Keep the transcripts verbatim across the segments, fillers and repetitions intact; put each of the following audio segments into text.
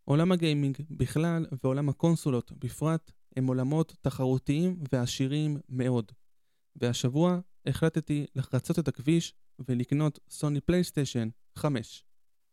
עולם הגיימינג בכלל ועולם הקונסולות בפרט הם עולמות תחרותיים ועשירים מאוד. והשבוע החלטתי לחצות את הכביש ולקנות סוני פלייסטיישן חמש.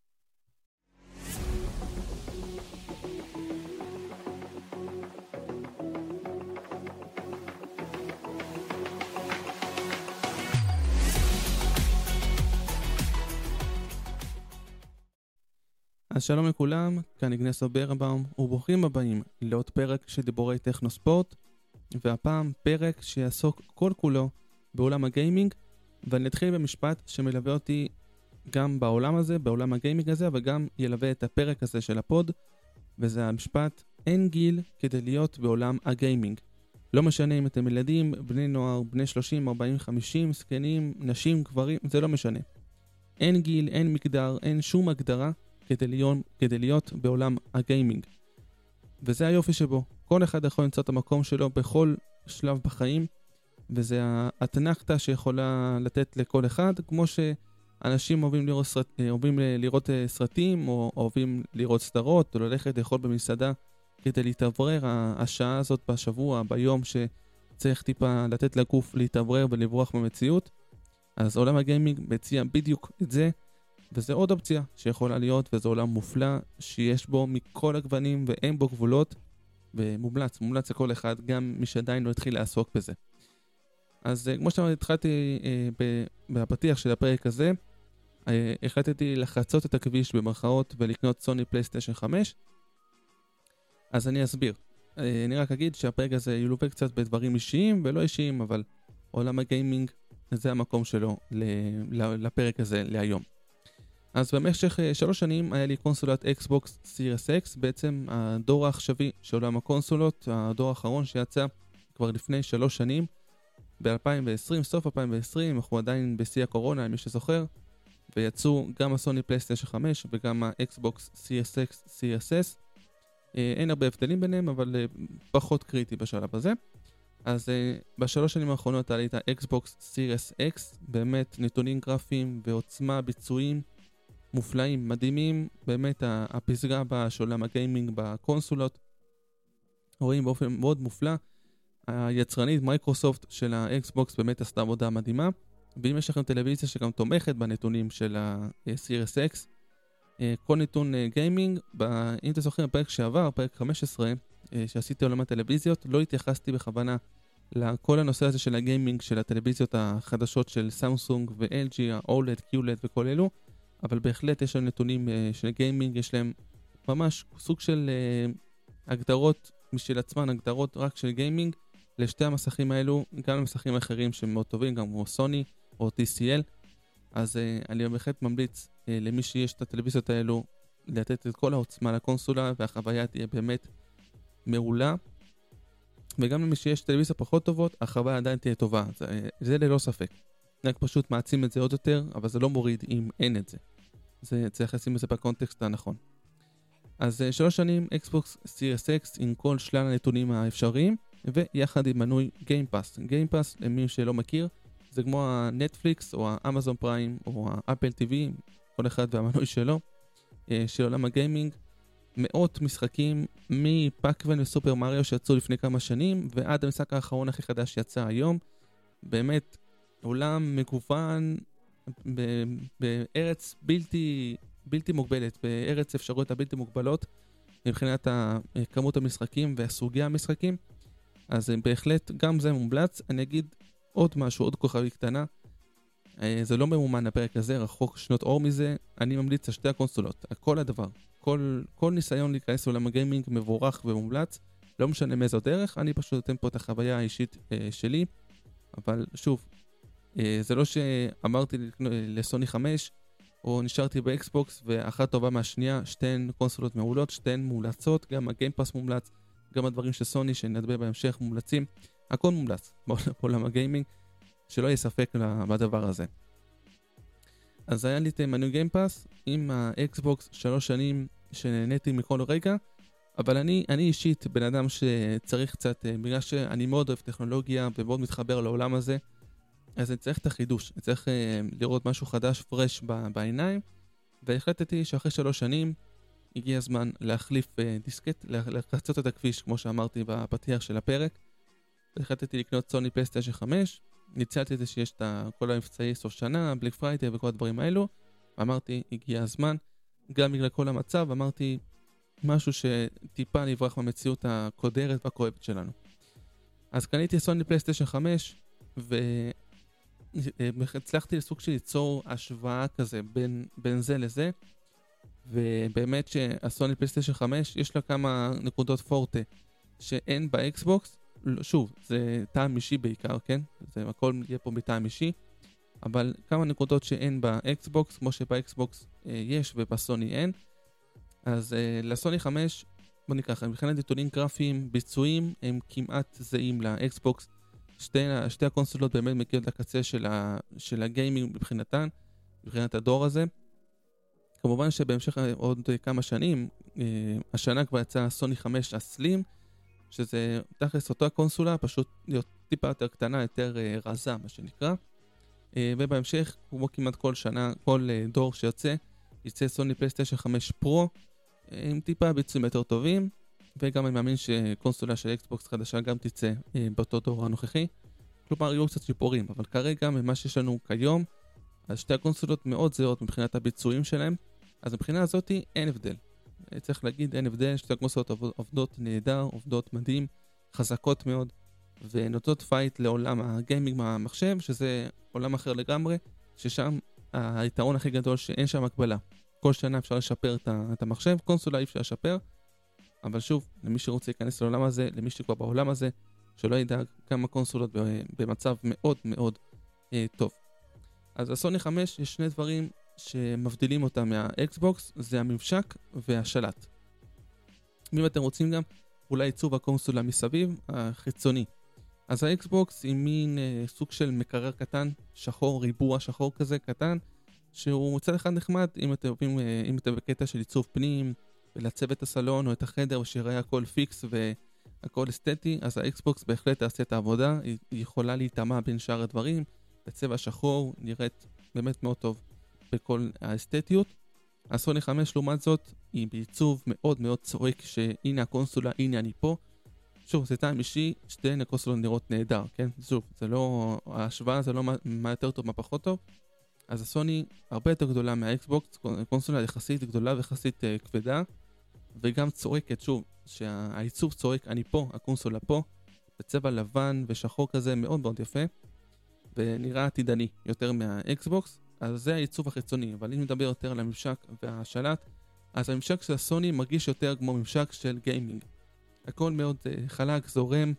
אז שלום לכולם, כאן איגנסו ברבאום, וברוכים הבאים לעוד פרק של דיבורי טכנוספורט, והפעם פרק שיעסוק כל כולו בעולם הגיימינג, ואני אתחיל במשפט שמלווה אותי גם בעולם הזה, בעולם הגיימינג הזה, אבל גם ילווה את הפרק הזה של הפוד, וזה המשפט: אין גיל כדי להיות בעולם הגיימינג. לא משנה אם אתם ילדים, בני נוער, בני שלושים, ארבעים, חמישים, זקנים, נשים, גברים, זה לא משנה. אין גיל, אין מגדר, אין שום הגדרה כדי להיות, כדי להיות בעולם הגיימינג. וזה היופי שבו. כל אחד יכול למצוא את המקום שלו בכל שלב בחיים, וזה האתנחתא שיכולה לתת לכל אחד, כמו שאנשים אוהבים לראות, סרט, אוהבים לראות סרטים, או אוהבים לראות סדרות, או ללכת לאכול במסעדה, כדי להתעברר השעה הזאת בשבוע, ביום שצריך טיפה לתת לגוף להתעברר ולברוח במציאות. אז עולם הגיימינג מציע בדיוק את זה, וזה עוד אופציה שיכולה להיות, וזה עולם מופלא שיש בו מכל הגוונים ואין בו גבולות, ומומלץ, מומלץ לכל אחד, גם מי שעדיין לא התחיל לעסוק בזה. אז כמו שאמרתי, התחלתי אה, בפתיח של הפרק הזה, אה, החלטתי לחצות את הכביש במרכאות ולקנות סוני פלייסטיישן חמש. אז אני אסביר. אה, אני רק אגיד שהפרק הזה ילווה קצת בדברים אישיים ולא אישיים, אבל עולם הגיימינג זה המקום שלו לפרק הזה להיום. אז במשך שלוש שנים היה לי קונסולת אקסבוקס סיריס אקס, בעצם הדור העכשווי של עולם הקונסולות, הדור האחרון שיצא כבר לפני שלוש שנים, ב-אלפיים ועשרים, סוף אלפיים ועשרים, אנחנו עדיין בשיא הקורונה, מי שזוכר, ויצאו גם הסוני פלייסטיישן חמש וגם האקסבוקס סיריס אקס סיריס אס. אין הרבה הבדלים ביניהם, אבל פחות קריטי בשלב הזה. אז בשלוש שנים האחרונות היה לי את האקסבוקס סיריס אקס, באמת נתונים גרפיים ועוצמה ביצועים מופלאים, מדהימים, באמת הפסגה של עולם הגיימינג בקונסולות. רואים באופן מאוד מופלא. היצרנית מייקרוסופט של האקסבוקס באמת עשתה עבודה מדהימה, ואם יש לכם טלוויזיה שגם תומכת בנתונים של ה-סיריס אקס, כל נתון גיימינג, אם אתם זוכרים בפרק שעבר, פרק חמש עשרה, שעשיתי עולם הטלוויזיות, לא התייחסתי בכוונה לכל הנושא הזה של הגיימינג של הטלוויזיות החדשות של סמסונג ו-אל ג'י, ה-אולד, קיולד וכל אלו, אבל בהחלט יש להם נתונים uh, של גיימינג, יש להם ממש סוג של uh, הגדרות משל עצמן, הגדרות רק של גיימינג לשתי המסכים האלו, גם למסכים אחרים שהם מאוד טובים, גם כמו סוני או טי סי אל. אז uh, אני בהחלט ממליץ uh, למי שיש את הטלוויזיות האלו לתת את כל העוצמה לקונסולה, והחוויה תהיה באמת מעולה. וגם למי שיש טלוויזיה פחות טובות, החוויה עדיין תהיה טובה, זה, זה ללא ספק. רק פשוט מעצים את זה עוד יותר, אבל זה לא מוריד אם אין את זה. זה צריך לשים את זה בקונטקסט הנכון. אז שלוש שנים אקסבוקס סיריס אקס עם כל שלל הנתונים האפשריים, ויחד עם מנוי גיימפאס. גיימפאס, למי שלא מכיר, זה כמו הנטפליקס או האמזון פריים או האפל טי וי, כל אחד והמנוי שלו, של עולם הגיימינג. מאות משחקים מפאקוון וסופר מריו שיצאו לפני כמה שנים, ועד המשחק האחרון הכי חדש שיצא היום. באמת, עולם מגוון בארץ בלתי, בלתי מוגבלת, בארץ אפשרויות הבלתי מוגבלות, מבחינת כמות המשחקים והסוגי המשחקים. אז בהחלט גם זה מומלץ. אני אגיד עוד משהו, עוד כוכבי קטנה. זה לא ממומן הפרק הזה, רחוק שנות אור מזה. אני ממליץ על שתי הקונסולות, כל הדבר. כל, כל ניסיון להיכנס לעולם הגיימינג מבורך ומומלץ. לא משנה מאיזו דרך, אני פשוט נותן פה את החוויה האישית אה, שלי. אבל שוב, אה, זה לא שאמרתי לסוני חמש, או נשארתי באקסבוקס, ואחת טובה מהשנייה, שתיהן קונסולות מעולות, שתיהן מומלצות, גם הגיימפאס מומלץ, גם הדברים של סוני שנדבר בהמשך מומלצים, הכל מומלץ בעולם הגיימינג, שלא יהיה ספק בדבר הזה. אז היה לי את מנוי גיימפאס עם האקסבוקס שלוש שנים שנהניתי מכל רגע, אבל אני, אני אישית בן אדם שצריך קצת, בגלל שאני מאוד אוהב טכנולוגיה ומאוד מתחבר לעולם הזה, אז אני צריך את החידוש, אני צריך uh, לראות משהו חדש, פרש בעיניים, והחלטתי שאחרי שלוש שנים, הגיע הזמן להחליף דיסקט, לחצות את הכביש, כמו שאמרתי בפתיח של הפרק. החלטתי לקנות סוני פלייסטיישן חמש, ניצלתי את זה שיש את כל המבצעי סוף שנה, בלק פריידיי וכל הדברים האלו, ואמרתי, הגיע הזמן, גם בגלל כל המצב, אמרתי, משהו שטיפה נברח מהמציאות הקודרת והכואבת שלנו. אז קניתי סוני פלייסטיישן חמש, והצלחתי לסוג של ליצור השוואה כזה בין, בין זה לזה, ובאמת שהסוני פלייסטיישן חמש יש לה כמה נקודות פורטה שאין באקסבוקס. שוב, זה טעם אישי בעיקר, כן? זה הכל יהיה פה בטעם אישי, אבל כמה נקודות שאין באקסבוקס, כמו שבאקסבוקס אה, יש ובסוני אין. אז אה, לסוני חמש, בוא ניקח, מבחינת נתונים גרפיים, ביצועים הם כמעט זהים לאקסבוקס. שתי, שתי הקונסולות באמת מגיעות לקצה של, ה, של הגיימינג מבחינתן, מבחינת הדור הזה. כמובן שבהמשך עוד כמה שנים, אה, השנה כבר יצאה סוני חמש הסלים, שזה תכלס אותו הקונסולה, פשוט להיות טיפה יותר קטנה, יותר uh, רזה, מה שנקרא. Uh, ובהמשך, כמו כמעט כל שנה, כל uh, דור שיוצא, יצא סוני פלייסטיישן חמש פרו, uh, עם טיפה ביצועים יותר טובים, וגם אני מאמין שקונסולה של אקסבוקס חדשה גם תצא uh, באותו דור הנוכחי. כלומר, יהיו קצת שיפורים, אבל כרגע, ממה שיש לנו כיום, אז שתי הקונסולות מאוד זהות מבחינת הביצועים שלהם, אז מבחינה הזאת אין הבדל. צריך להגיד, אין הבדל, שתי הקונסולות עובדות נהדר, עובדות מדהים, חזקות מאוד, ונותנות פייט לעולם הגיימינג מהמחשב, שזה עולם אחר לגמרי, ששם היתרון הכי גדול שאין שם הקבלה. כל שנה אפשר לשפר את המחשב, קונסולה אי אפשר לשפר, אבל שוב, למי שרוצה להיכנס לעולם הזה, למי שכבר בעולם הזה, שלא ידאג כמה קונסולות במצב מאוד מאוד אה, טוב. אז הסוני חמש יש שני דברים שמבדילים אותה מהאקסבוקס, זה הממשק והשלט. אם אתם רוצים גם, אולי עיצוב הקונסולה מסביב, החיצוני. אז האקסבוקס היא מין אה, סוג של מקרר קטן, שחור, ריבוע שחור כזה קטן, שהוא מצד אחד נחמד, אם אתם, אם, אה, אם אתם בקטע של עיצוב פנים, ולעצב את הסלון או את החדר, ושיראה הכל פיקס והכל אסתטי, אז האקסבוקס בהחלט תעשה את העבודה, היא, היא יכולה להתאמה בין שאר הדברים, בצבע שחור, נראית באמת מאוד טוב. בכל האסתטיות. הסוני חמש לעומת זאת היא בעיצוב מאוד מאוד צורק, שהנה הקונסולה, הנה אני פה. שוב, זה טעם אישי, שתיהן הקונסולות נראות נהדר, כן? שוב, זה לא, ההשוואה זה לא מה, מה יותר טוב, מה פחות טוב. אז הסוני הרבה יותר גדולה מהאקסבוקס, קונסולה יחסית גדולה ויחסית uh, כבדה, וגם צורקת, שוב, שהעיצוב צורק, אני פה, הקונסולה פה, בצבע לבן ושחור כזה מאוד מאוד יפה, ונראה עתידני יותר מהאקסבוקס. אז זה העיצוב החיצוני, אבל אם נדבר יותר על הממשק והשלט, אז הממשק של הסוני מרגיש יותר כמו ממשק של גיימינג. הכל מאוד uh, חלק, זורם,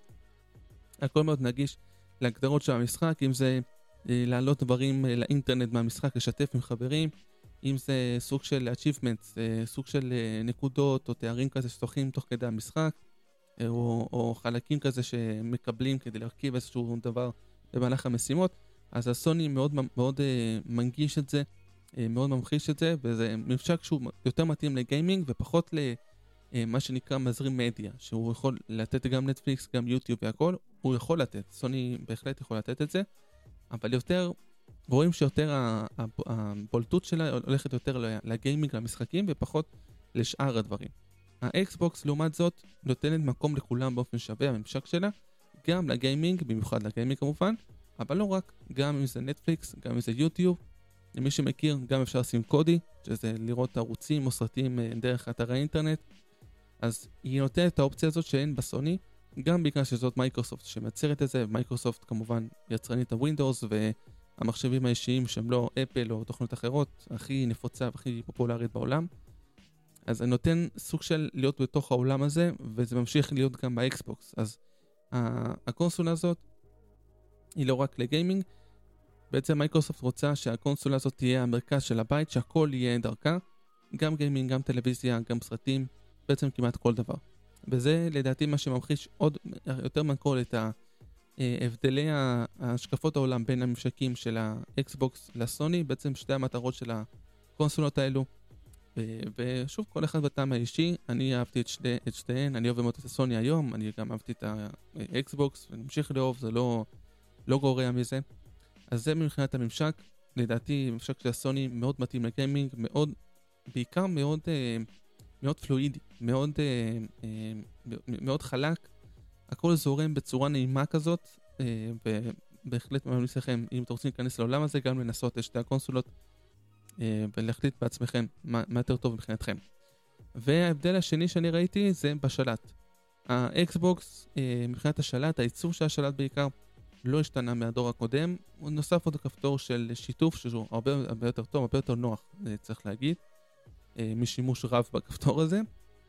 הכל מאוד נגיש להגדרות של המשחק, אם זה uh, להעלות דברים uh, לאינטרנט מהמשחק, לשתף עם חברים, אם זה סוג של achievements, uh, סוג של uh, נקודות או תארים כזה שצורכים תוך כדי המשחק, uh, או, או חלקים כזה שמקבלים כדי להרכיב איזשהו דבר במהלך המשימות. אז הסוני מאוד מאוד uh, מנגיש את זה, uh, מאוד ממחיש את זה, וזה ממשק שהוא יותר מתאים לגיימינג ופחות למה uh, שנקרא מזרים מדיה, שהוא יכול לתת גם נטפליקס, גם יוטיוב והכל, הוא יכול לתת, סוני בהחלט יכול לתת את זה, אבל יותר, רואים שיותר הבולטות שלה הולכת יותר לגיימינג, למשחקים, ופחות לשאר הדברים. האקסבוקס לעומת זאת נותנת מקום לכולם באופן שווה, הממשק שלה, גם לגיימינג, במיוחד לגיימינג כמובן, אבל לא רק, גם אם זה נטפליקס, גם אם זה יוטיוב, למי שמכיר, גם אפשר לשים קודי, שזה לראות ערוצים או סרטים דרך אתר האינטרנט, אז היא נותנת את האופציה הזאת שאין בסוני, גם בגלל שזאת מייקרוסופט שמייצרת את זה, מייקרוסופט כמובן יצרנית הווינדוס, והמחשבים האישיים שהם לא אפל או תוכנות אחרות, הכי נפוצה והכי פופולרית בעולם, אז אני נותן סוג של להיות בתוך העולם הזה, וזה ממשיך להיות גם באקסבוקס, אז הקונסולה הזאת, היא לא רק לגיימינג, בעצם מייקרוסופט רוצה שהקונסולה הזאת תהיה המרכז של הבית, שהכל יהיה דרכה, גם גיימינג, גם טלוויזיה, גם סרטים, בעצם כמעט כל דבר. וזה לדעתי מה שממחיש עוד יותר מכל את ההבדלי השקפות העולם בין הממשקים של האקסבוקס לסוני, בעצם שתי המטרות של הקונסולות האלו, ושוב כל אחד בטעם האישי, אני אהבתי את, שתי, את שתיהן, אני אוהב מאוד את הסוני היום, אני גם אהבתי את האקסבוקס ונמשיך לאהוב, זה לא, לא גורע מזה. אז זה מבחינת הממשק, לדעתי ממשק של הסוני מאוד מתאים לגיימינג, מאוד, בעיקר מאוד אה, מאוד פלואידי, מאוד, אה, אה, מאוד חלק, הכל זורם בצורה נעימה כזאת, אה, ובהחלט ממליץ לכם, אם אתם רוצים להיכנס לעולם הזה, גם לנסות את שתי הקונסולות, אה, ולהחליט בעצמכם מה, מה יותר טוב מבחינתכם. וההבדל השני שאני ראיתי זה בשלט. האקסבוקס, אה, מבחינת השלט, העיצוב של השלט בעיקר, לא השתנה מהדור הקודם, הוא נוסף עוד כפתור של שיתוף, שהוא הרבה, הרבה יותר טוב, הרבה יותר נוח, צריך להגיד, אה, משימוש רב בכפתור הזה.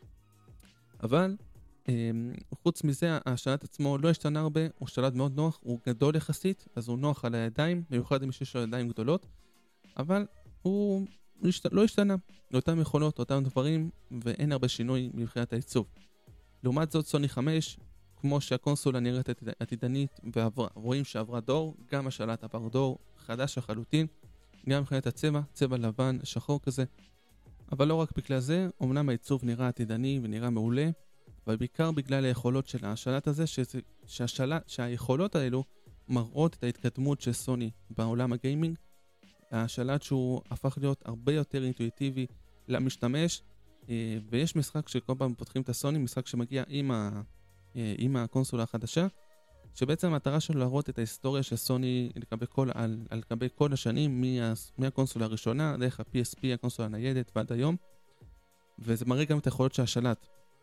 אבל, אה, חוץ מזה, השלט עצמו לא השתנה הרבה, הוא שלט מאוד נוח, הוא גדול יחסית, אז הוא נוח על הידיים, במיוחד אם יש לו ידיים גדולות, אבל הוא לא השתנה, לאותם יכולות, אותם דברים, ואין הרבה שינוי מבחינת העיצוב. לעומת זאת, סוני חמש, כמו שהקונסולה נראית עתידנית, ורואים שעברה דור, גם השלט עבר דור, חדש לחלוטין, גם מבחינת הצבע, צבע לבן, שחור כזה, אבל לא רק בגלל זה, אמנם העיצוב נראה עתידני ונראה מעולה, אבל בעיקר בגלל היכולות של השלט הזה, שזה, שהשלט, שהיכולות האלו מראות את ההתקדמות של סוני בעולם הגיימינג, השלט שהוא הפך להיות הרבה יותר אינטואיטיבי למשתמש, ויש משחק שכל פעם פותחים את הסוני, משחק שמגיע עם, ה, עם הקונסולה החדשה, שבעצם המטרה שלו להראות את ההיסטוריה של סוני לגבי כל, על, על לגבי כל השנים, מה, מהקונסולה הראשונה, דרך ה-פי אס פי, הקונסולה הניידת ועד היום, וזה מראה גם את היכולות של השלט.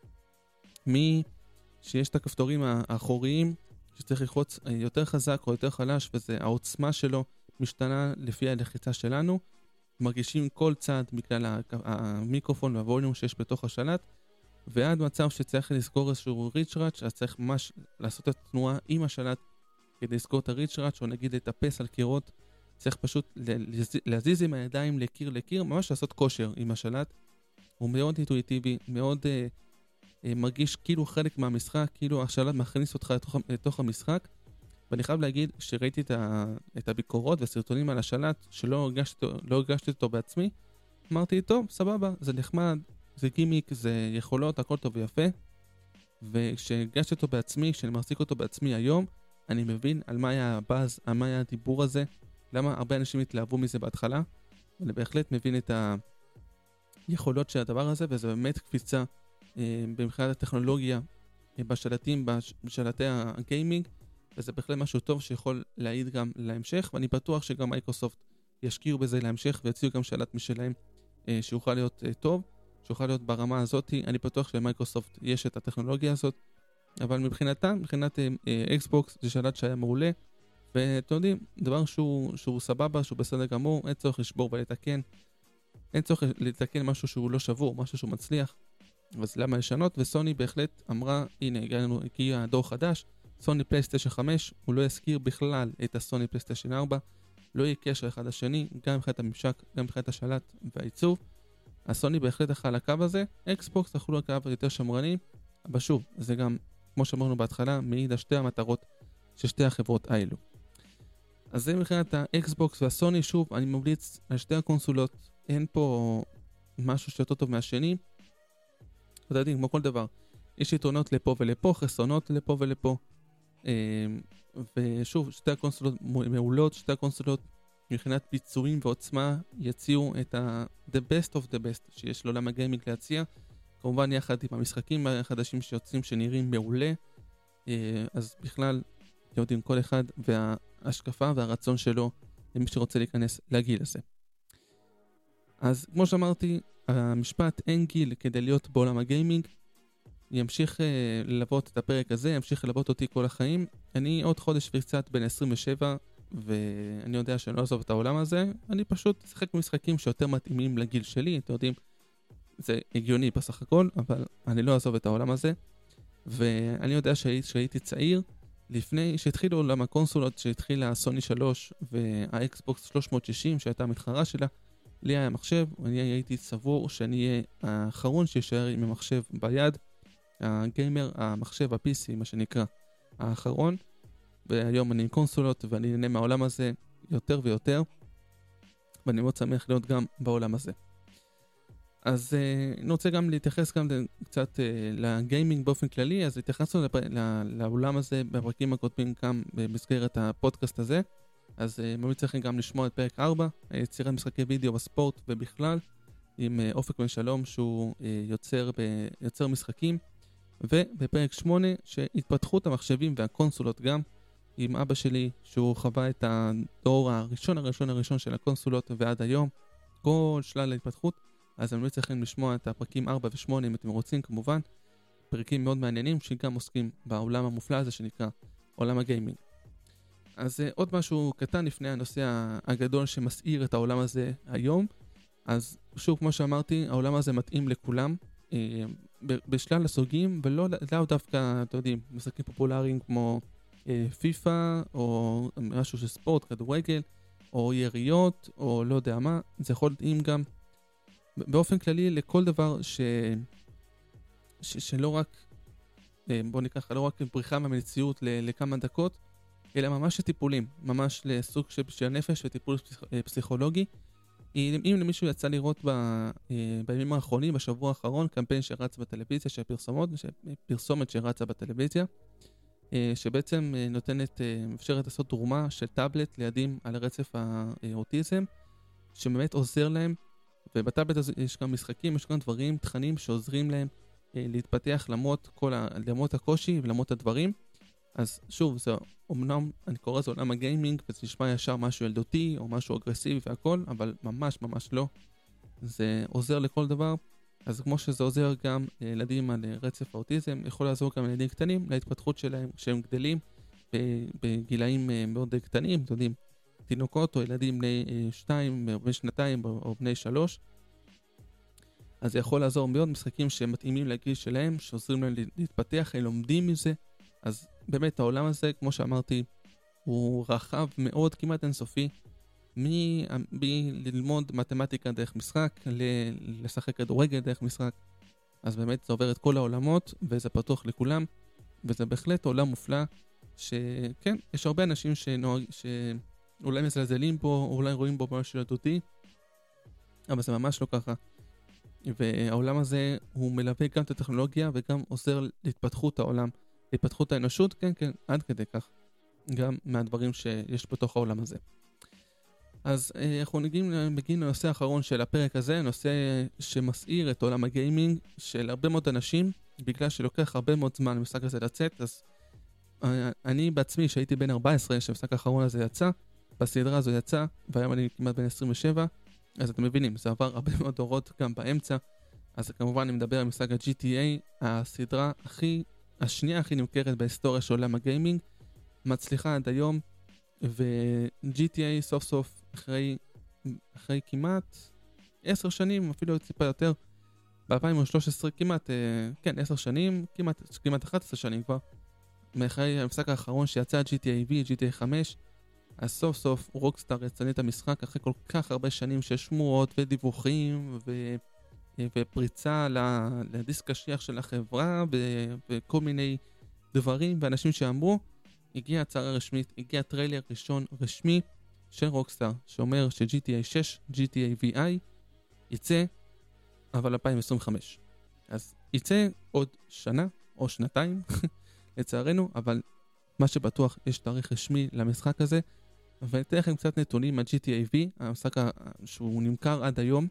מי שיש את הכפתורים האחוריים, שצריך ללחוץ יותר חזק או יותר חלש, וזה העוצמה שלו משתנה לפי הלחיצה שלנו, מרגישים כל צד בגלל המיקרופון והווליום שיש בתוך השלט, ועד מצב שצריך לסגור איזשהו ריץ'-ראץ', אז צריך ממש לעשות את התנועה עם השלט כדי לסגור את הריץ'-ראץ', או נגיד לטפס על קירות, צריך פשוט להזיז עם הידיים לקיר לקיר, ממש לעשות כושר עם השלט. הוא מאוד אינטואיטיבי, מאוד אה, אה, מרגיש כאילו חלק מהמשחק, כאילו השלט מכניס אותך לתוך, לתוך המשחק, ואני חייב להגיד שראיתי את, ה, את הביקורות והסרטונים על השלט, שלא הרגשתי, לא הרגשתי אותו בעצמי, אמרתי, טוב, סבבה, זה נחמד, זה גימיק, זה יכולות, הכל טוב ויפה, וכשהרגשתי אותו בעצמי, כשאני מחזיק אותו בעצמי היום, אני מבין על מה היה הבאז, על מה היה הדיבור הזה, למה הרבה אנשים התלהבו מזה בהתחלה, ואני בהחלט מבין את היכולות של הדבר הזה, וזה באמת קפיצה אה, במחינת הטכנולוגיה, אה, בשלטים, בשלטי הגיימינג, וזה בהחלט משהו טוב שיכול להעיד גם להמשך, ואני בטוח שגם מייקרוסופט ישקיעו בזה להמשך, ויציעו גם שלט משלהם אה, שיוכל להיות אה, טוב, שיוכל להיות ברמה הזאת. אני בטוח שלמייקרוסופט יש את הטכנולוגיה הזאת, אבל מבחינתם, מבחינת אקסבוקס, זה שלט שהיה מעולה, ואתם יודעים, דבר שהוא, שהוא סבבה, שהוא בסדר גמור, אין צורך לשבור ולתקן, אין צורך לתקן משהו שהוא לא שבור, משהו שהוא מצליח, אז למה לשנות? וסוני בהחלט אמרה, הנה, הגענו, הגיע הדור חדש, סוני פלייסטיישן חמש, הוא לא יזכיר בכלל את הסוני פלייסטיישן ארבע, לא יהיה קשר אחד לשני, גם מבחינת הממשק, גם מבחינת השלט והעיצוב. הסוני בהחלט אחלה על הקו הזה, אקסבוקס אכלו הקו יותר שמרני, אבל שוב, זה גם, כמו שאמרנו בהתחלה, מעיד על שתי המטרות של שתי החברות האלו. אז זה מבחינת האקסבוקס והסוני, שוב, אני ממליץ על שתי הקונסולות, אין פה משהו שיותר טוב מהשני, ואתה יודעים, כמו כל דבר, יש יתרונות לפה ולפה, חסרונות לפה ולפה, ושוב, שתי הקונסולות מעולות, שתי הקונסולות מבחינת ביצועים ועוצמה יציעו את ה- the best of the best שיש לעולם הגיימינג להציע, כמובן יחד עם המשחקים החדשים שיוצאים שנראים מעולה, אז בכלל, אתם יודעים, כל אחד וההשקפה והרצון שלו למי שרוצה להיכנס לגיל הזה. אז כמו שאמרתי, המשפט אין גיל כדי להיות בעולם הגיימינג, ימשיך uh, ללוות את הפרק הזה, ימשיך ללוות אותי כל החיים. אני עוד חודש וקצת בין עשרים ושבע, ואני יודע שאני לא אעזוב את העולם הזה, אני פשוט אשחק במשחקים שיותר מתאימים לגיל שלי, אתם יודעים, זה הגיוני בסך הכל, אבל אני לא אעזוב את העולם הזה, ואני יודע שהייתי, שהייתי צעיר, לפני שהתחילו עולם הקונסולות, שהתחילה סוני שלוש והאקסבוקס שלוש מאות שישים, שהייתה המתחרה שלה, לי היה מחשב, אני הייתי סבור שאני אהיה האחרון שישאר עם המחשב ביד, הגיימר, המחשב, ה-פי סי, מה שנקרא, האחרון, והיום אני עם קונסולות ואני נהנה מהעולם הזה יותר ויותר, ואני מאוד שמח להיות גם בעולם הזה. אז uh, אני רוצה גם להתייחס גם קצת uh, לגיימינג באופן כללי, אז התייחסנו לפ... לעולם הזה בפרקים הקודמים גם במסגרת הפודקאסט הזה, אז uh, ממליץ לכם גם לשמוע את פרק ארבע, יצירת משחקי וידאו בספורט ובכלל, עם אה, אופק בן שלום שהוא אה, יוצר, ב, יוצר משחקים, ובפרק שמונה שהתפתחות המחשבים והקונסולות גם, עם אבא שלי שהוא חווה את הדור הראשון הראשון הראשון של הקונסולות ועד היום, כל שלל ההתפתחות. אז אני ממליץ לכם לשמוע את הפרקים ארבע ושמונה אם אתם רוצים כמובן, פרקים מאוד מעניינים שגם עוסקים בעולם המופלא הזה שנקרא עולם הגיימינג. אז uh, עוד משהו קטן לפני הנושא הגדול שמסעיר את העולם הזה היום. אז שוב, כמו שאמרתי, העולם הזה מתאים לכולם, uh, בשלל הסוגים, ולא לא דווקא, אתם יודעים, משחקים פופולריים כמו uh, פיפה, או משהו של ספורט, כדורגל, או יריות, או לא יודע מה. זה יכול להתאים גם באופן כללי לכל דבר ש... ש... שלא רק, בוא ניקח, לא רק בריחה מהמציאות ל... לכמה דקות, אלא ממש טיפולים, ממש לסוג של פשיעה נפש וטיפול פסיכ... פסיכולוגי. אם למישהו יצא לראות ב... בימים האחרונים, בשבוע האחרון, קמפיין שרץ בטלוויזיה, של פרסומות, פרסומת שרצה בטלוויזיה, שבעצם נותנת, מאפשרת לעשות תרומה של טאבלט לידים על הרצף האוטיזם, שבאמת עוזר להם, ובטאבלט הזה יש גם משחקים, יש גם דברים, תכנים שעוזרים להם להתפתח למרות כל ה... למרות הקושי ולמרות הדברים. אז שוב, זה אומנם, אני קורא לזה עולם הגיימינג, וזה נשמע ישר משהו ילדותי או משהו אגרסיבי והכל, אבל ממש ממש לא. זה עוזר לכל דבר. אז כמו שזה עוזר גם לילדים על רצף האוטיזם, יכול לעזור גם לילדים קטנים, להתפתחות שלהם כשהם גדלים בגילאים מאוד קטנים, אתם יודעים, תינוקות או ילדים בני שתיים, בני שנתיים או בני שלוש. אז זה יכול לעזור מאוד משחקים שמתאימים לגיל שלהם, שעוזרים להם להתפתח, הם לומדים מזה. אז באמת העולם הזה, כמו שאמרתי, הוא רחב מאוד, כמעט אינסופי, מללמוד מתמטיקה דרך משחק, ל- לשחק כדורגל דרך משחק. אז באמת זה עובר את כל העולמות, וזה פתוח לכולם, וזה בהחלט עולם מופלא, שכן, יש הרבה אנשים שנוהג, שאולי מזלזלים בו, אולי רואים בו משהו ילדותי, אבל זה ממש לא ככה. והעולם הזה הוא מלווה גם את הטכנולוגיה, וגם עוזר להתפתחות העולם. להתפתחות האנושות, כן, כן, עד כדי כך. גם מהדברים שיש בתוך העולם הזה. אז אנחנו נגיעים, מגיעים לנושא האחרון של הפרק הזה, נושא שמסעיר את עולם הגיימינג של הרבה מאוד אנשים, בגלל שלוקח הרבה מאוד זמן למשחק הזה לצאת. אז אני בעצמי, שהייתי בן ארבע עשרה, שהמשחק האחרון הזה יצא, בסדרה הזו יצא, והיום אני כמעט בן עשרים ושבע, אז אתם מבינים, זה עבר הרבה מאוד דורות גם באמצע. אז כמובן אני מדבר על משחק ה-ג'י טי איי, הסדרה הכי השנייה הכי נמכרת בהיסטוריה של עולם הגיימינג, מצליחה עד היום, ו-ג'י טי איי סוף סוף אחרי, אחרי כמעט עשר שנים, אפילו טיפה יותר, ב-אלפיים ושלוש עשרה כמעט, כן, עשר שנים, כמעט, כמעט אחת עשרה שנים כבר, מאחרי המשחק האחרון שיצא ג'י טי איי וי, ג'י טי איי חמש, אז סוף סוף רוקסטאר יצרני את המשחק אחרי כל כך הרבה שנים של שמועות ודיווחים ו... ופריצה לדיסק השיח של החברה וכל מיני דברים ואנשים שאמרו, הגיעה הצהרה רשמית, הגיע טריילר ראשון רשמי של רוקסטאר שאומר ש-ג'י טי איי שש, ג'י טי איי וי איי יצא אבל אלפיים עשרים וחמש. אז יצא עוד שנה או שנתיים לצערנו, אבל מה שבטוח יש תאריך רשמי למשחק הזה. ואתן לכם קצת נתונים על ג'י טי איי וי, המשחק שהוא נמכר עד היום,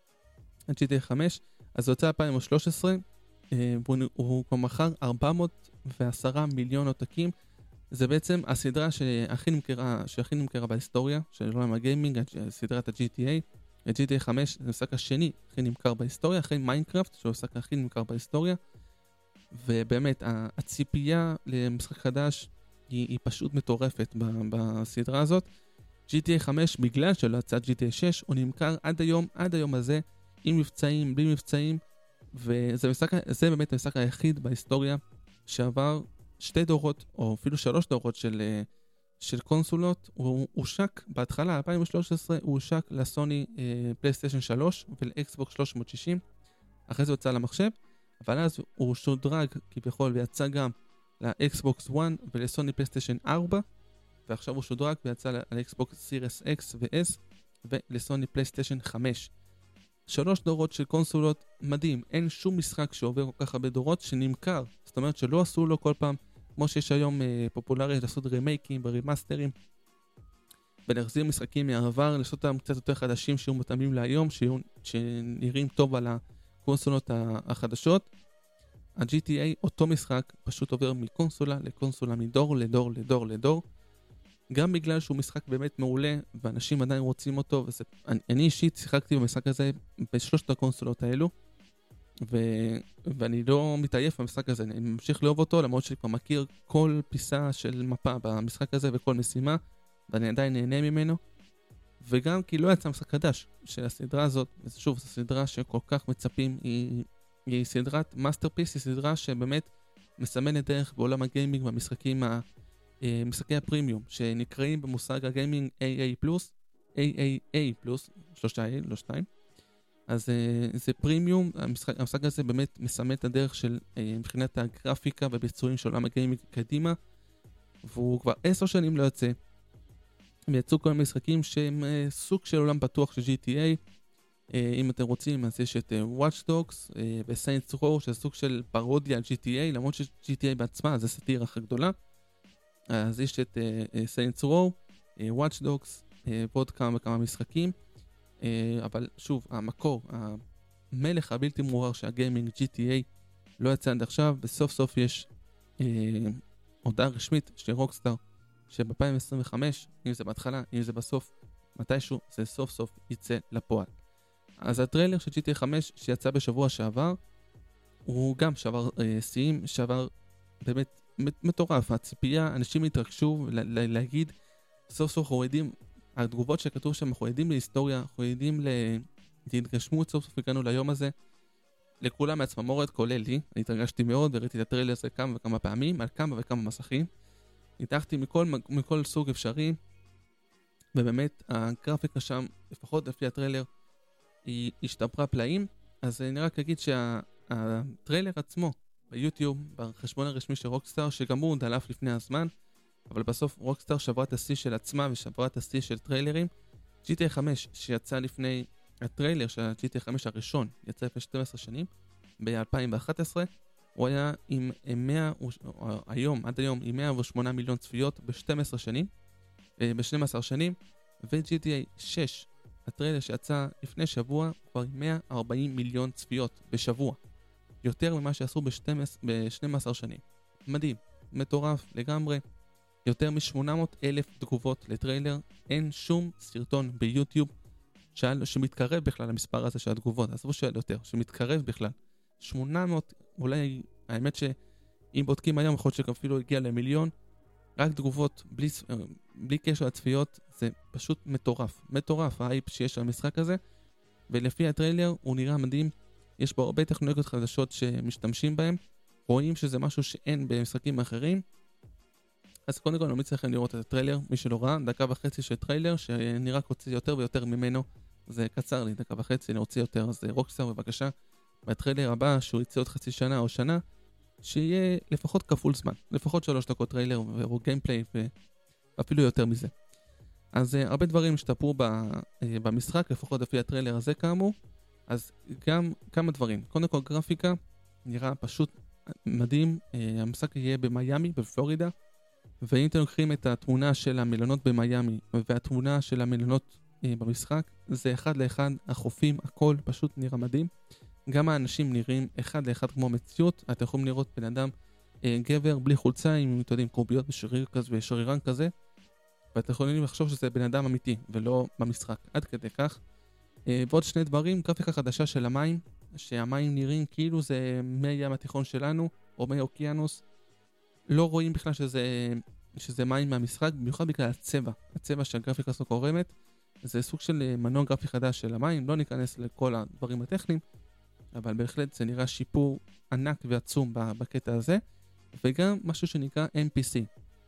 ג'י טי איי חמש, אז זה יוצא אלפיים ושלוש עשרה, הוא כבר מכר ארבע מאות ועשרה מיליון עותקים. זה בעצם הסדרה שהכי נמכרה, שהכי נמכרה בהיסטוריה של עולם הגיימינג, סדרת ה-ג'י טי איי. ה-ג'י טי איי חמש זה המשחק השני הכי נמכר בהיסטוריה, אחרי מיינקראפט, שהוא המשחק הכי נמכר בהיסטוריה. ובאמת, הציפייה למשחק חדש היא, היא פשוט מטורפת בסדרה הזאת. ג'י טי איי חמש, בגלל שלא יצא ג'י טי איי שש, הוא נמכר עד היום, עד היום הזה, עם מבצעים, בלי מבצעים, וזה משחק, זה באמת המשחק היחיד בהיסטוריה שעבר שתי דורות, או אפילו שלוש דורות של, של קונסולות. הוא הושק בהתחלה, אלפיים ושלוש עשרה, הוא הושק לסוני אה, פלייסטיישן שלוש ולאקסבוקס שלוש מאות שישים, אחרי זה הוצא למחשב, אבל אז הוא שודרג כביכול ויצא גם לאקסבוקס אחת ולסוני פלייסטיישן ארבע, ועכשיו הוא שודרג ויצא לאקסבוקס סיריס X ו-S ולסוני פלייסטיישן חמש. שלוש דורות של קונסולות, מדהים, אין שום משחק שעובר כל כך הרבה דורות שנמכר, זאת אומרת שלא עשו לו כל פעם, כמו שיש היום אה, פופולרי לעשות רימייקים ורימאסטרים, ולהחזיר משחקים מהעבר, לעשות אותם קצת יותר חדשים שיהיו מותאמים להיום, שיהיו, שנראים טוב על הקונסולות החדשות. ה-ג'י טי איי, אותו משחק, פשוט עובר מקונסולה לקונסולה, מדור לדור לדור לדור. גם בגלל שהוא משחק באמת מעולה, ואנשים עדיין רוצים אותו, וזה, אני, אני אישית שיחקתי במשחק הזה בשלושת הקונסולות האלו, ו, ואני לא מתעייף במשחק הזה, אני ממשיך לאהוב אותו, למרות שאני כבר מכיר כל פיסה של מפה במשחק הזה וכל משימה, ואני עדיין נהנה ממנו, וגם כי לא יצא משחק חדש של הסדרה הזאת, ושוב, זו סדרה שכל כך מצפים, היא, היא סדרת מאסטרפיס, היא סדרה שבאמת מסמנת דרך בעולם הגיימינג והמשחקים ה... משחקי הפרימיום, שנקראים במושג הגיימינג איי איי פלוס, איי איי איי פלוס, שלושה A, לא שתיים. אז זה פרימיום, המשחק, המשחק הזה באמת מסמל את הדרך של מבחינת הגרפיקה וביצועים של עולם הגיימינג קדימה, והוא כבר עשר שנים לא יוצא, ויצאו כל משחקים שהם סוג של עולם פתוח של ג'י טי איי. אם אתם רוצים, אז יש את Watch Dogs ו-Saints Row, שזה סוג של פרודיה על ג'י טי איי, למרות ש-ג'י טי איי בעצמה זה סאטירה הכי גדולה. אז יש את Saints Row, Watch Dogs, ועוד כמה וכמה משחקים, אבל שוב, המקור, המלך הבלתי מעורר של הגיימינג ג'י טי איי לא יצא עד עכשיו, וסוף סוף יש הודעה רשמית של רוקסטאר, שב-אלפיים עשרים וחמש, אם זה בהתחלה, אם זה בסוף, מתישהו זה סוף סוף יצא לפועל. אז הטריילר של ג'י טי איי חמש שיצא בשבוע שעבר, הוא גם שבר שיאים, שבר באמת מטורף, הציפייה, אנשים התרגשו להגיד, סוף סוף אנחנו עדים, התגובות שכתוב שם, אנחנו עדים להיסטוריה, אנחנו עדים להתגשמות, סוף סוף הגענו ליום הזה, לכולם מהצממורת, כולל לי, אני התרגשתי מאוד, וראיתי את הטריילר הזה כמה וכמה פעמים, על כמה וכמה מסכים, ניתחתי מכל, מכל סוג אפשרי, ובאמת הגרפיקה שם, לפחות לפי הטריילר, היא השתפרה פלאים, אז אני רק אגיד שהטריילר עצמו, ביוטיוב, בחשבון הרשמי של רוקסטאר, שגם הוא דלף לפני הזמן, אבל בסוף רוקסטאר שברה את השיא של עצמה ושברה את השיא של טריילרים. ג'י טי איי חמש שיצא לפני הטריילר של ג'י טי איי חמש הראשון, יצא לפני שתים עשרה שנים, ב-אלפיים ואחת עשרה, הוא היה עם מאה, היום, עד היום, עם מאה ושמונה מיליון צפיות ב-שתים עשרה שנים, ב-שתים עשרה שנים, ו-ג'י טי איי שש, הטריילר שיצא לפני שבוע, כבר עם מאה וארבעים מיליון צפיות בשבוע. יותר ממה שעשו ב-שתים עשרה שנים. מדהים, מטורף לגמרי. יותר מ-שמונה מאות אלף תגובות לטריילר. אין שום סרטון ביוטיוב שעל, שמתקרב בכלל למספר הזה של התגובות. עזבו שעל יותר, שמתקרב בכלל. שמונה מאות, אולי, האמת שאם בודקים היום, יכול להיות שאפילו הגיע למיליון. רק תגובות בלי, בלי קשר לצפיות, זה פשוט מטורף. מטורף האייפ שיש על המשחק הזה. ולפי הטריילר הוא נראה מדהים. יש בו הרבה טכנולוגיות חדשות שמשתמשים בהם, רואים שזה משהו שאין במשחקים אחרים, אז קודם כל נמיץ לכם לראות את הטריילר, מי שלא ראה, דקה וחצי של טריילר, שאני רק רוצה יותר ויותר ממנו, זה קצר לי, דקה וחצי, אני רוצה יותר, אז רוקסטאר בבקשה, בטריילר הבא, שהוא יצא עוד חצי שנה או שנה, שיהיה לפחות כפול זמן, לפחות שלוש דקות טריילר או גיימפליי, ואפילו יותר מזה. אז הרבה דברים השתפרו במשחק, לפחות לפי הטריילר הזה כאמור, אז גם כמה דברים. קודם כל גרפיקה נראה פשוט מדהים. המשחק יהיה במיימי, בפלורידה, ואם אתם לוקחים את התמונה של המלונות במיימי והתמונה של המלונות במשחק, זה אחד לאחד, החופים, הכל פשוט נראה מדהים. גם האנשים נראים אחד לאחד כמו מציאות. אתם יכולים לראות בן אדם גבר בלי חולצה עם, אתם יודעים, קוביות בשריר כזה ושרירן כזה, ואתם יכולים לחשוב שזה בן אדם אמיתי ולא במשחק, עד כדי כך. ועוד שני דברים, גרפיקה חדשה של המים, שהמים נראים כאילו זה מי ים התיכון שלנו, או מי אוקיינוס. לא רואים בכלל שזה, שזה מים מהמשחק, במיוחד בגלל הצבע. הצבע שהגרפיקה הזו קורמת, זה סוג של מנוע גרפי חדש של המים, לא ניכנס לכל הדברים הטכניים, אבל בהחלט זה נראה שיפור ענק ועצום בקטע הזה, וגם משהו שנקרא אן פי סי.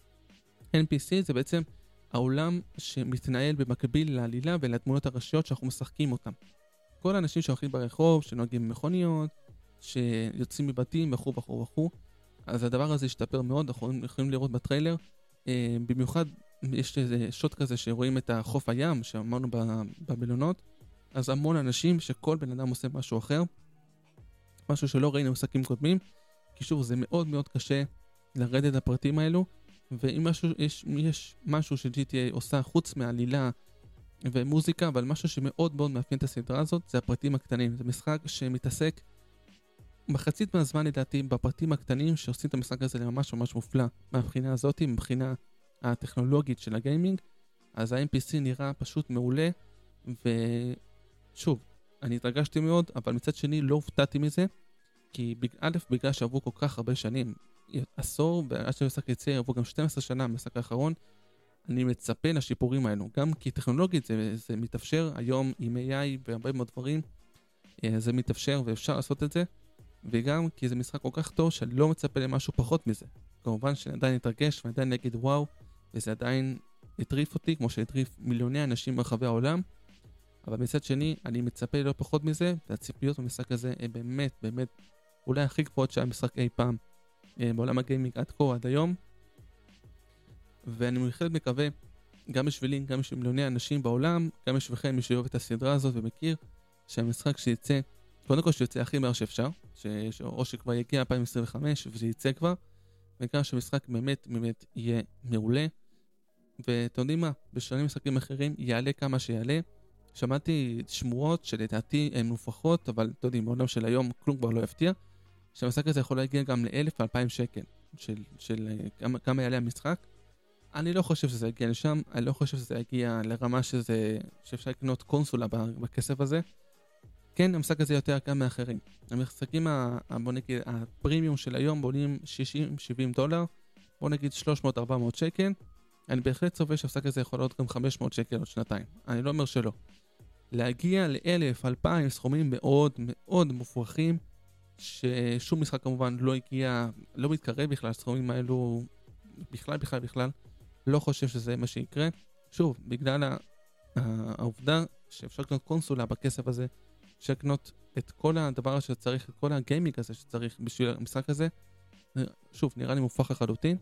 אן פי סי זה בעצם העולם שמתנהל במקביל לעלילה ולתמונות הראשיות שאנחנו משחקים אותם. כל האנשים שהולכים ברחוב, שנוהגים במכוניות, שיוצאים מבתים וכו' וכו' וכו'. אז הדבר הזה השתפר מאוד, אנחנו יכולים לראות בטריילר. אה, במיוחד יש איזה שוט כזה שרואים את החוף הים שאמרנו במלונות, אז המון אנשים שכל בן אדם עושה משהו אחר, משהו שלא ראינו במשחקים קודמים, כי שוב זה מאוד מאוד קשה לרדת לפרטים האלו, ואם משהו, יש, יש משהו ש-ג'י טי איי עושה חוץ מהעלילה ומוזיקה, אבל משהו שמאוד מאוד מאפיין את הסדרה הזאת, זה הפרטים הקטנים. זה משחק שמתעסק מחצית מהזמן לדעתי בפרטים הקטנים שעושים את המשחק הזה לממש ממש מופלא. מהבחינה הזאת, מבחינה הטכנולוגית של הגיימינג, אז ה-אם פי סי נראה פשוט מעולה, ושוב, אני התרגשתי מאוד, אבל מצד שני לא הופתעתי מזה, כי א', בגלל שעברו כל כך הרבה שנים, עשור, ועד שהמשחק יצא, עברו גם שתים עשרה שנה במשחק האחרון, אני מצפה לשיפורים האלו, גם כי טכנולוגית זה, זה מתאפשר היום עם איי איי והרבה מאוד דברים, זה מתאפשר ואפשר לעשות את זה, וגם כי זה משחק כל כך טוב שאני לא מצפה למשהו פחות מזה. כמובן שאני עדיין אתרגש ועדיין נגיד וואו, וזה עדיין הטריף אותי כמו שהטריף מיליוני אנשים ברחבי העולם, אבל מצד שני אני מצפה לא פחות מזה, והציפיות במשחק הזה הן באמת באמת אולי הכי גבוהות שהיה משחק אי פעם בעולם הגיימינג עד כה עד היום, ואני בהחלט מקווה גם בשבילי, גם בשביל מיליוני אנשים בעולם, גם בשבילכם מי שאוהב את הסדרה הזאת ומכיר שהמשחק שיצא, קודם כל שיוצא הכי מהר שאפשר, ש... או שכבר יגיע אלפיים עשרים וחמש וזה יצא כבר, וגם שהמשחק באמת באמת יהיה מעולה. ואתם יודעים מה, בשונה משחקים אחרים יעלה כמה שיעלה. שמעתי שמועות שלדעתי הן מופרכות, אבל אתם יודעים, בעולם של היום כלום כבר לא יפתיע, שהמשחק הזה יכול להגיע גם ל-אלף ואלפיים שקל של, של כמה, כמה יעלה המשחק. אני לא חושב שזה יגיע לשם, אני לא חושב שזה יגיע לרמה שזה, שאפשר לקנות קונסולה בכסף הזה. כן, המשחק הזה יותר יקר מאחרים. המשחקים, בוא נגיד, הפרימיום של היום בונים שישים שבעים דולר, בוא נגיד שלוש מאות ארבע מאות שקל. אני בהחלט צופה שהמשחק הזה יכול להיות גם חמש מאות שקל עוד שנתיים. אני לא אומר שלא. להגיע ל-אלף, אלפיים סכומים מאוד מאוד מופרכים, ששום משחק כמובן לא הגיע, לא מתקרב בכלל, סכומים האלו בכלל בכלל בכלל, לא חושב שזה מה שיקרה. שוב, בגלל העובדה שאפשר לקנות קונסולה בכסף הזה, אפשר לקנות את כל הדבר שצריך, את כל הגיימינג הזה שצריך בשביל המשחק הזה, שוב, נראה לי מופרך לחלוטין,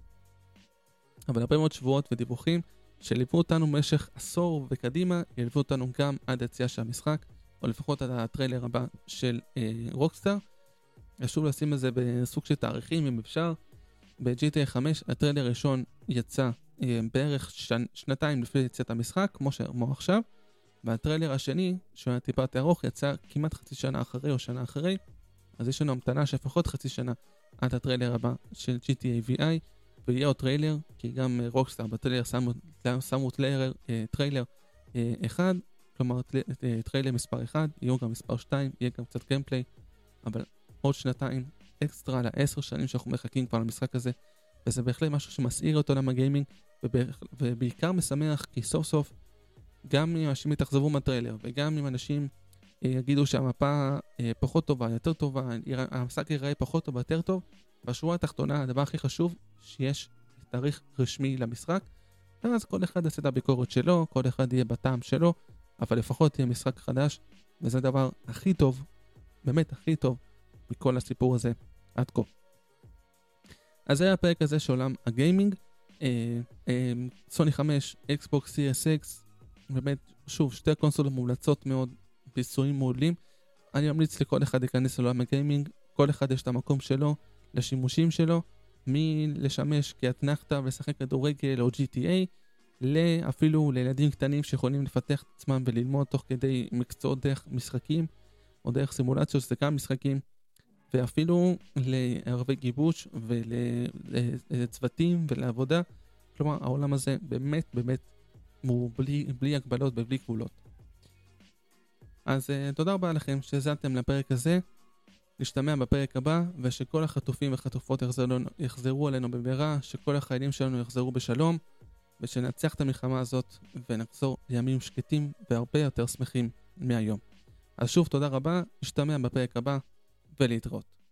אבל הרבה מאוד שבועות ודיווחים שליוו אותנו במשך עשור וקדימה, ילוו אותנו גם עד היציאה של המשחק, או לפחות עד הטריילר הבא של אה, רוקסטאר. חשוב לשים את זה בסוג של תאריכים אם אפשר. ב-ג'י טי איי חמש הטריילר הראשון יצא אה, בערך שנ, שנתיים לפני יציאת המשחק, כמו שאמרו עכשיו, והטריילר השני, שהוא היה טיפה יותר ארוך, יצא כמעט חצי שנה אחרי או שנה אחרי, אז יש לנו המתנה של לפחות חצי שנה עד הטריילר הבא של ג'י טי איי וי איי, ויהיה עוד טריילר, כי גם רוקסטאר בטריילר שמו, שמו טריילר, טריילר אחד, כלומר טריילר מספר אחד, יהיו גם מספר שתיים, יהיה גם קצת גיימפליי, אבל עוד שנתיים אקסטרה לעשר שנים שאנחנו מחכים כבר למשחק הזה, וזה בהחלט משהו שמסעיר אותו לעולם הגיימינג, ובעיקר משמח, כי סוף סוף, גם אם אנשים יתאכזבו מהטריילר, וגם אם אנשים יגידו שהמפה פחות טובה, יותר טובה, המשחק ייראה פחות טוב, יותר טוב, בשורה התחתונה, הדבר הכי חשוב, שיש תאריך רשמי למשחק, ואז כל אחד יעשה את הביקורת שלו, כל אחד יהיה בטעם שלו, אבל לפחות יהיה משחק חדש, וזה הדבר הכי טוב, באמת הכי טוב, מכל הסיפור הזה עד כה. אז זה היה הפרק הזה של עולם הגיימינג, אה, אה, סוני חמש, אקסבוקס סיריס אקס, באמת, שוב, שתי קונסולות מומלצות מאוד, ביצועים מעולים. אני ממליץ לכל אחד להיכנס לעולם הגיימינג, כל אחד יש את המקום שלו, לשימושים שלו, מלשמש כאתנחתא ולשחק כדורגל או ג'י טי איי, לאפילו לילדים קטנים שיכולים לפתח את עצמם וללמוד תוך כדי מקצועות דרך משחקים, או דרך סימולציות שזה גם משחקים, ואפילו לערבי גיבוש ולצוותים ולעבודה. כלומר, העולם הזה באמת באמת הוא בלי, בלי הגבלות ובלי גבולות. אז uh, תודה רבה לכם שהזנתם לפרק הזה, נשתמע בפרק הבא, ושכל החטופים והחטופות יחזרו, יחזרו עלינו במהרה, שכל החיילים שלנו יחזרו בשלום, ושנצח את המלחמה הזאת ונחזור לימים שקטים והרבה יותר שמחים מהיום. אז שוב תודה רבה, נשתמע בפרק הבא ולהתראות.